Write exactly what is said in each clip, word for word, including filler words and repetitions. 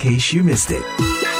case you missed it.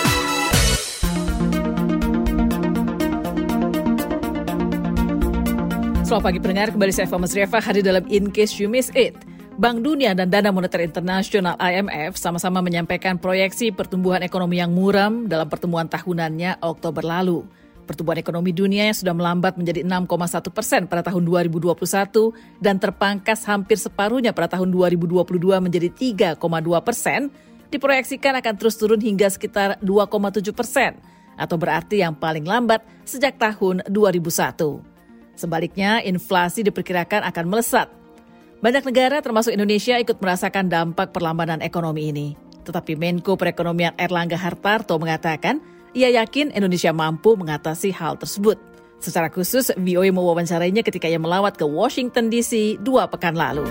Selamat pagi pendengar, kembali saya Eva Masrieva hadir dalam In Case You Missed It. Bank Dunia dan Dana Moneter Internasional I M F sama-sama menyampaikan proyeksi pertumbuhan ekonomi yang muram dalam pertemuan tahunannya Oktober lalu. Pertumbuhan ekonomi dunia yang sudah melambat menjadi enam koma satu persen pada tahun dua ribu dua puluh satu dan terpangkas hampir separuhnya pada tahun dua ribu dua puluh dua menjadi tiga koma dua persen, diproyeksikan akan terus turun hingga sekitar dua koma tujuh persen, atau berarti yang paling lambat sejak tahun dua ribu satu. Sebaliknya, inflasi diperkirakan akan melesat. Banyak negara termasuk Indonesia ikut merasakan dampak perlambatan ekonomi ini. Tetapi Menko Perekonomian Airlangga Hartarto mengatakan, ia yakin Indonesia mampu mengatasi hal tersebut. Secara khusus, V O A mewawancarainya ketika ia melawat ke Washington D C dua pekan lalu.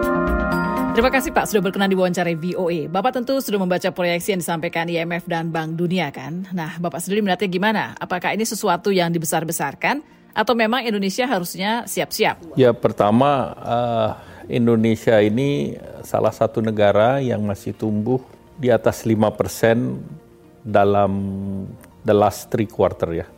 Terima kasih Pak sudah berkenan diwawancarai V O A. Bapak tentu sudah membaca proyeksi yang disampaikan I M F dan Bank Dunia kan? Nah, Bapak sendiri melihatnya gimana? Apakah ini sesuatu yang dibesar-besarkan atau memang Indonesia harusnya siap-siap? Ya, pertama uh, Indonesia ini salah satu negara yang masih tumbuh di atas lima persen dalam the last three quarter ya.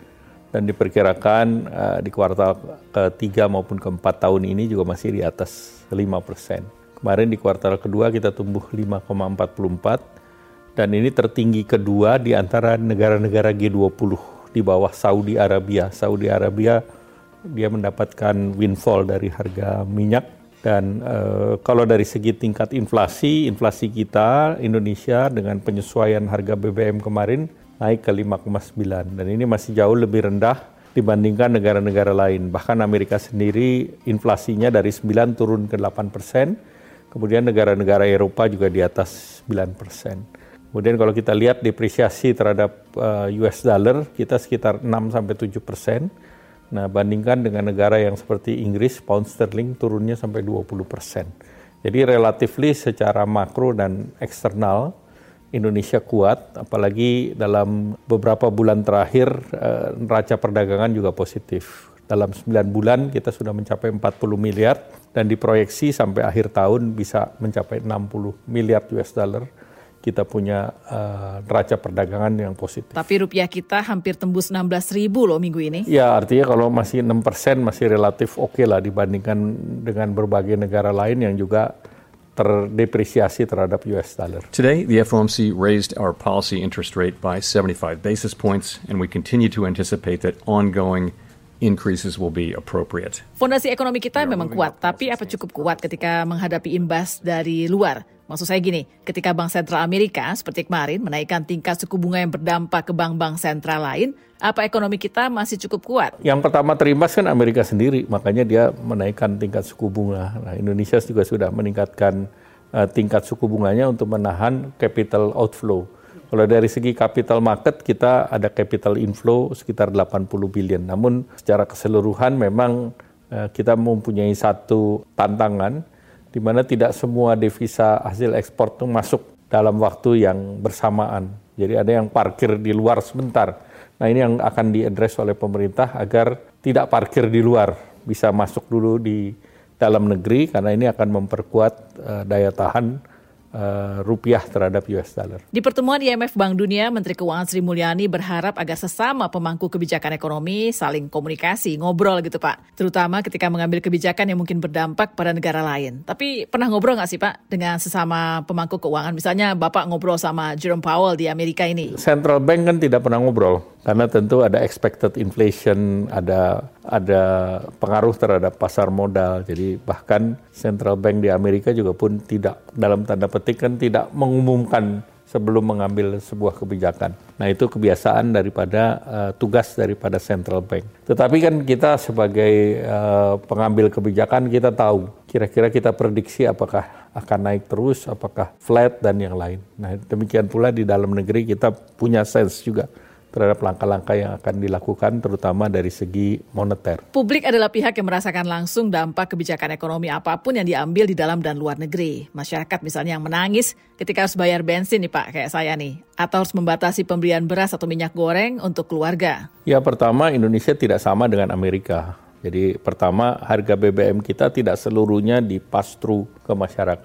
Dan diperkirakan uh, di kuartal ketiga maupun keempat tahun ini juga masih di atas lima persen. Kemarin di kuartal kedua kita tumbuh lima koma empat empat dan ini tertinggi kedua di antara negara-negara G dua puluh di bawah Saudi Arabia. Saudi Arabia dia mendapatkan windfall dari harga minyak. Dan uh, kalau dari segi tingkat inflasi, inflasi kita Indonesia dengan penyesuaian harga B B M kemarin naik ke lima koma sembilan. Dan ini masih jauh lebih rendah dibandingkan negara-negara lain. Bahkan Amerika sendiri inflasinya dari sembilan turun ke delapan persen. Kemudian negara-negara Eropa juga di atas sembilan persen. Kemudian kalau kita lihat depresiasi terhadap uh, U S dollar, kita sekitar enam sampai tujuh persen. Nah, bandingkan dengan negara yang seperti Inggris, pound sterling turunnya sampai dua puluh persen. Jadi relatifly secara makro dan eksternal, Indonesia kuat, apalagi dalam beberapa bulan terakhir, eh, neraca perdagangan juga positif. Dalam sembilan bulan kita sudah mencapai empat puluh miliar dan diproyeksi sampai akhir tahun bisa mencapai enam puluh miliar U S dollar. Kita punya uh, neraca perdagangan yang positif. Tapi rupiah kita hampir tembus enam belas ribu loh minggu ini. Ya, artinya kalau masih enam persen masih relatif oke okay lah dibandingkan dengan berbagai negara lain yang juga terdepresiasi terhadap U S dollar. Today, the F O M C raised our policy interest rate by seventy-five basis points, and we continue to anticipate that ongoing increases will be appropriate. Fondasi ekonomi kita memang kuat, tapi apa cukup kuat ketika menghadapi imbas dari luar? Maksud saya gini, ketika Bank Sentral Amerika seperti kemarin menaikkan tingkat suku bunga yang berdampak ke bank-bank sentral lain, apa ekonomi kita masih cukup kuat? Yang pertama terimbas kan Amerika sendiri, makanya dia menaikkan tingkat suku bunga. Nah, Indonesia juga sudah meningkatkan uh, tingkat suku bunganya untuk menahan capital outflow. Kalau dari segi capital market kita ada capital inflow sekitar delapan puluh billion. Namun secara keseluruhan memang uh, kita mempunyai satu tantangan di mana tidak semua devisa hasil ekspor itu masuk dalam waktu yang bersamaan. Jadi ada yang parkir di luar sebentar. Nah, ini yang akan diadres oleh pemerintah agar tidak parkir di luar, bisa masuk dulu di dalam negeri karena ini akan memperkuat uh, daya tahan Uh, rupiah terhadap U S dollar. Di pertemuan I M F Bank Dunia, Menteri Keuangan Sri Mulyani berharap agar sesama pemangku kebijakan ekonomi saling komunikasi, ngobrol gitu Pak. Terutama ketika mengambil kebijakan yang mungkin berdampak pada negara lain. Tapi pernah ngobrol nggak sih Pak dengan sesama pemangku keuangan? Misalnya Bapak ngobrol sama Jerome Powell di Amerika ini. Central Bank kan tidak pernah ngobrol. Karena tentu ada expected inflation, ada ada pengaruh terhadap pasar modal. Jadi bahkan Central Bank di Amerika juga pun tidak, dalam tanda petik kan tidak mengumumkan sebelum mengambil sebuah kebijakan. Nah, itu kebiasaan daripada uh, tugas daripada Central Bank. Tetapi kan kita sebagai uh, pengambil kebijakan kita tahu kira-kira kita prediksi apakah akan naik terus, apakah flat dan yang lain. Nah, demikian pula di dalam negeri kita punya sense juga terhadap langkah-langkah yang akan dilakukan terutama dari segi moneter. Publik adalah pihak yang merasakan langsung dampak kebijakan ekonomi apapun yang diambil di dalam dan luar negeri. Masyarakat misalnya yang menangis ketika harus bayar bensin nih Pak, kayak saya nih. Atau harus membatasi pembelian beras atau minyak goreng untuk keluarga. Ya, pertama Indonesia tidak sama dengan Amerika. Jadi pertama harga B B M kita tidak seluruhnya di pass through ke masyarakat.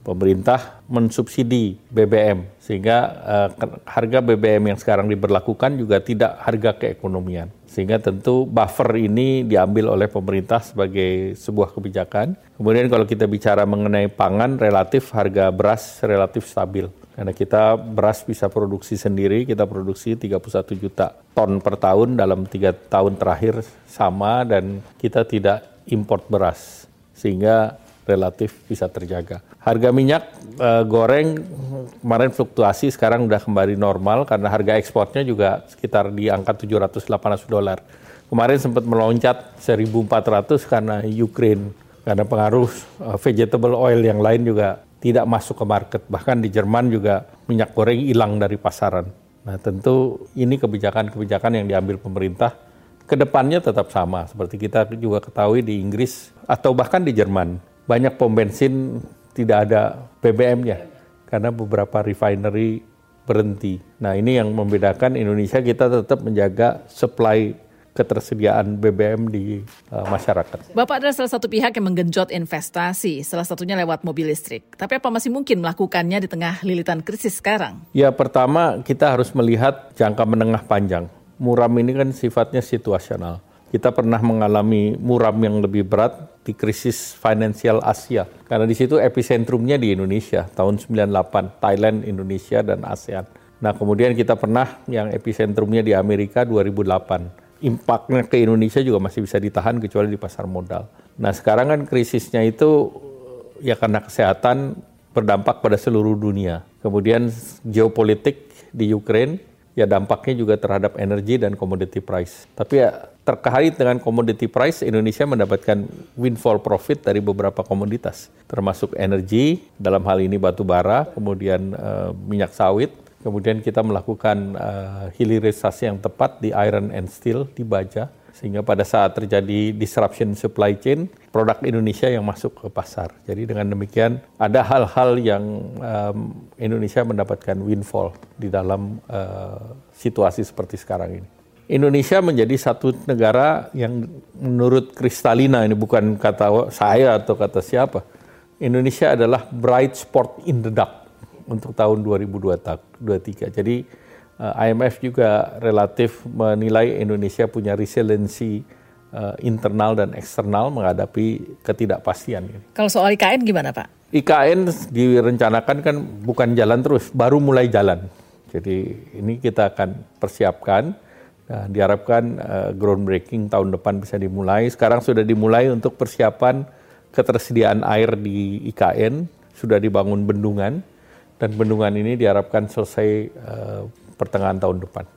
pemerintah mensubsidi B B M sehingga uh, harga B B M yang sekarang diberlakukan juga tidak harga keekonomian. Sehingga tentu buffer ini diambil oleh pemerintah sebagai sebuah kebijakan. Kemudian kalau kita bicara mengenai pangan, relatif harga beras relatif stabil. Karena kita beras bisa produksi sendiri, kita produksi tiga puluh satu juta ton per tahun dalam tiga tahun terakhir sama, dan kita tidak import beras. Sehingga relatif bisa terjaga. Harga minyak e, goreng kemarin fluktuasi, sekarang udah kembali normal karena harga ekspornya juga sekitar di angka tujuh ratus delapan ratus dolar. Kemarin sempat meloncat seribu empat ratus karena Ukraine, karena pengaruh e, vegetable oil yang lain juga tidak masuk ke market. Bahkan di Jerman juga minyak goreng hilang dari pasaran. Nah tentu ini kebijakan-kebijakan yang diambil pemerintah kedepannya tetap sama. Seperti kita juga ketahui di Inggris atau bahkan di Jerman. Banyak pom bensin tidak ada B B M-nya karena beberapa refinery berhenti. Nah ini yang membedakan Indonesia, kita tetap menjaga supply ketersediaan B B M di uh, masyarakat. Bapak adalah salah satu pihak yang menggenjot investasi, salah satunya lewat mobil listrik. Tapi apa masih mungkin melakukannya di tengah lilitan krisis sekarang? Ya pertama kita harus melihat jangka menengah panjang. Muram ini kan sifatnya situasional. Kita pernah mengalami muram yang lebih berat di krisis finansial Asia. Karena di situ epicentrumnya di Indonesia, tahun sembilan puluh delapan, Thailand, Indonesia, dan ASEAN. Nah kemudian kita pernah yang epicentrumnya di Amerika dua ribu delapan. Impaknya ke Indonesia juga masih bisa ditahan kecuali di pasar modal. Nah sekarang kan krisisnya itu ya karena kesehatan berdampak pada seluruh dunia. Kemudian geopolitik di Ukraine, ya dampaknya juga terhadap energi dan commodity price. Tapi ya terkait dengan commodity price, Indonesia mendapatkan windfall profit dari beberapa komoditas, termasuk energi, dalam hal ini batu bara, kemudian uh, minyak sawit. Kemudian kita melakukan uh, hilirisasi yang tepat di iron and steel, di baja, sehingga pada saat terjadi disruption supply chain, produk Indonesia yang masuk ke pasar. Jadi dengan demikian ada hal-hal yang um, Indonesia mendapatkan windfall di dalam uh, situasi seperti sekarang ini. Indonesia menjadi satu negara yang menurut Kristalina, ini bukan kata saya atau kata siapa, Indonesia adalah bright spot in the dark untuk tahun dua ribu dua puluh tiga. Jadi uh, I M F juga relatif menilai Indonesia punya resiliensi uh, internal dan eksternal menghadapi ketidakpastian. Kalau soal I K N gimana Pak? I K N direncanakan kan bukan jalan terus, baru mulai jalan. Jadi ini kita akan persiapkan. Nah, diharapkan uh, groundbreaking tahun depan bisa dimulai. Sekarang sudah dimulai untuk persiapan ketersediaan air di I K N. Sudah dibangun bendungan. Dan bendungan ini diharapkan selesai uh, pertengahan tahun depan.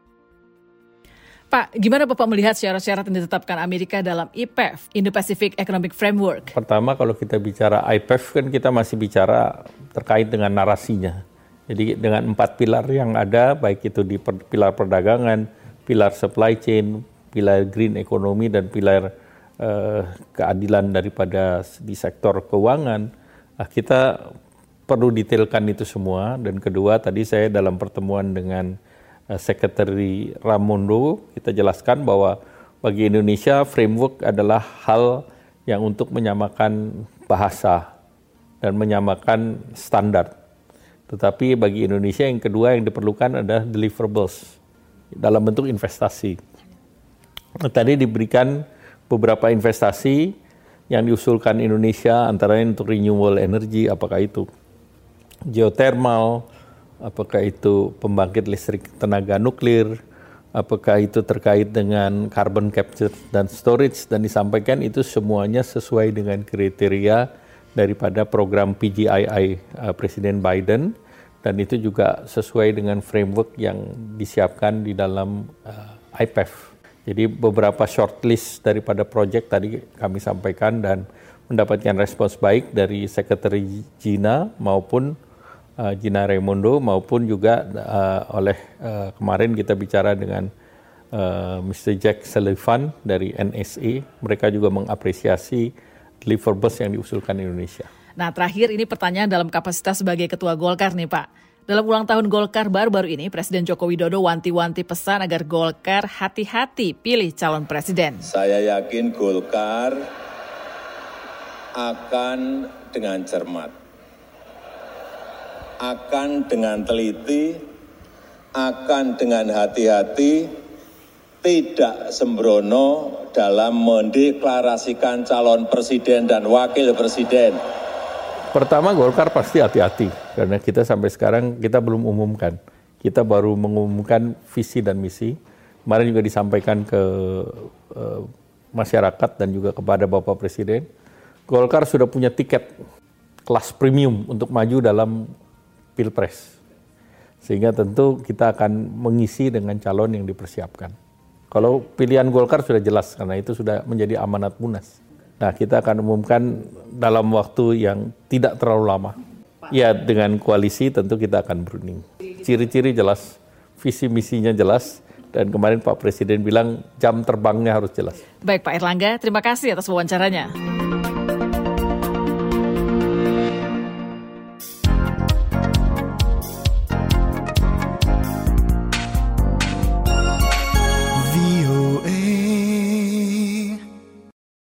Pak, gimana Bapak melihat syarat-syarat yang ditetapkan Amerika dalam I P E F, Indo-Pacific Economic Framework? Pertama, kalau kita bicara I P E F, kan kita masih bicara terkait dengan narasinya. Jadi dengan empat pilar yang ada, baik itu di per, pilar perdagangan, pilar supply chain, pilar green economy, dan pilar uh, keadilan daripada di sektor keuangan, nah, kita perlu detailkan itu semua. Dan kedua, tadi saya dalam pertemuan dengan uh, Sekretari Raimondo, kita jelaskan bahwa bagi Indonesia framework adalah hal yang untuk menyamakan bahasa dan menyamakan standar. Tetapi bagi Indonesia yang kedua yang diperlukan adalah deliverables dalam bentuk investasi. Tadi diberikan beberapa investasi yang diusulkan Indonesia, antara lain untuk renewable energy, apakah itu geothermal, apakah itu pembangkit listrik tenaga nuklir, apakah itu terkait dengan carbon capture dan storage, dan disampaikan itu semuanya sesuai dengan kriteria daripada program P G I I uh, Presiden Biden. Dan itu juga sesuai dengan framework yang disiapkan di dalam uh, I P E F. Jadi beberapa shortlist daripada proyek tadi kami sampaikan dan mendapatkan respons baik dari Sekretari Gina maupun uh, Gina Raimondo, maupun juga uh, oleh uh, kemarin kita bicara dengan uh, mister Jack Sullivan dari N S A. Mereka juga mengapresiasi deliverables yang diusulkan Indonesia. Nah, terakhir ini pertanyaan dalam kapasitas sebagai Ketua Golkar nih Pak. Dalam ulang tahun Golkar baru-baru ini, Presiden Joko Widodo wanti-wanti pesan agar Golkar hati-hati pilih calon presiden. Saya yakin Golkar akan dengan cermat akan dengan teliti, akan dengan hati-hati, tidak sembrono dalam mendeklarasikan calon presiden dan wakil presiden. Pertama, Golkar pasti hati-hati, karena kita sampai sekarang kita belum umumkan. Kita baru mengumumkan visi dan misi. Kemarin juga disampaikan ke uh, masyarakat dan juga kepada Bapak Presiden. Golkar sudah punya tiket kelas premium untuk maju dalam Pilpres. Sehingga tentu kita akan mengisi dengan calon yang dipersiapkan. Kalau pilihan Golkar sudah jelas, karena itu sudah menjadi amanat Munas. Nah, kita akan umumkan dalam waktu yang tidak terlalu lama. Ya, dengan koalisi tentu kita akan berunding. Ciri-ciri jelas, visi misinya jelas, dan kemarin Pak Presiden bilang jam terbangnya harus jelas. Baik Pak Erlangga, terima kasih atas wawancaranya.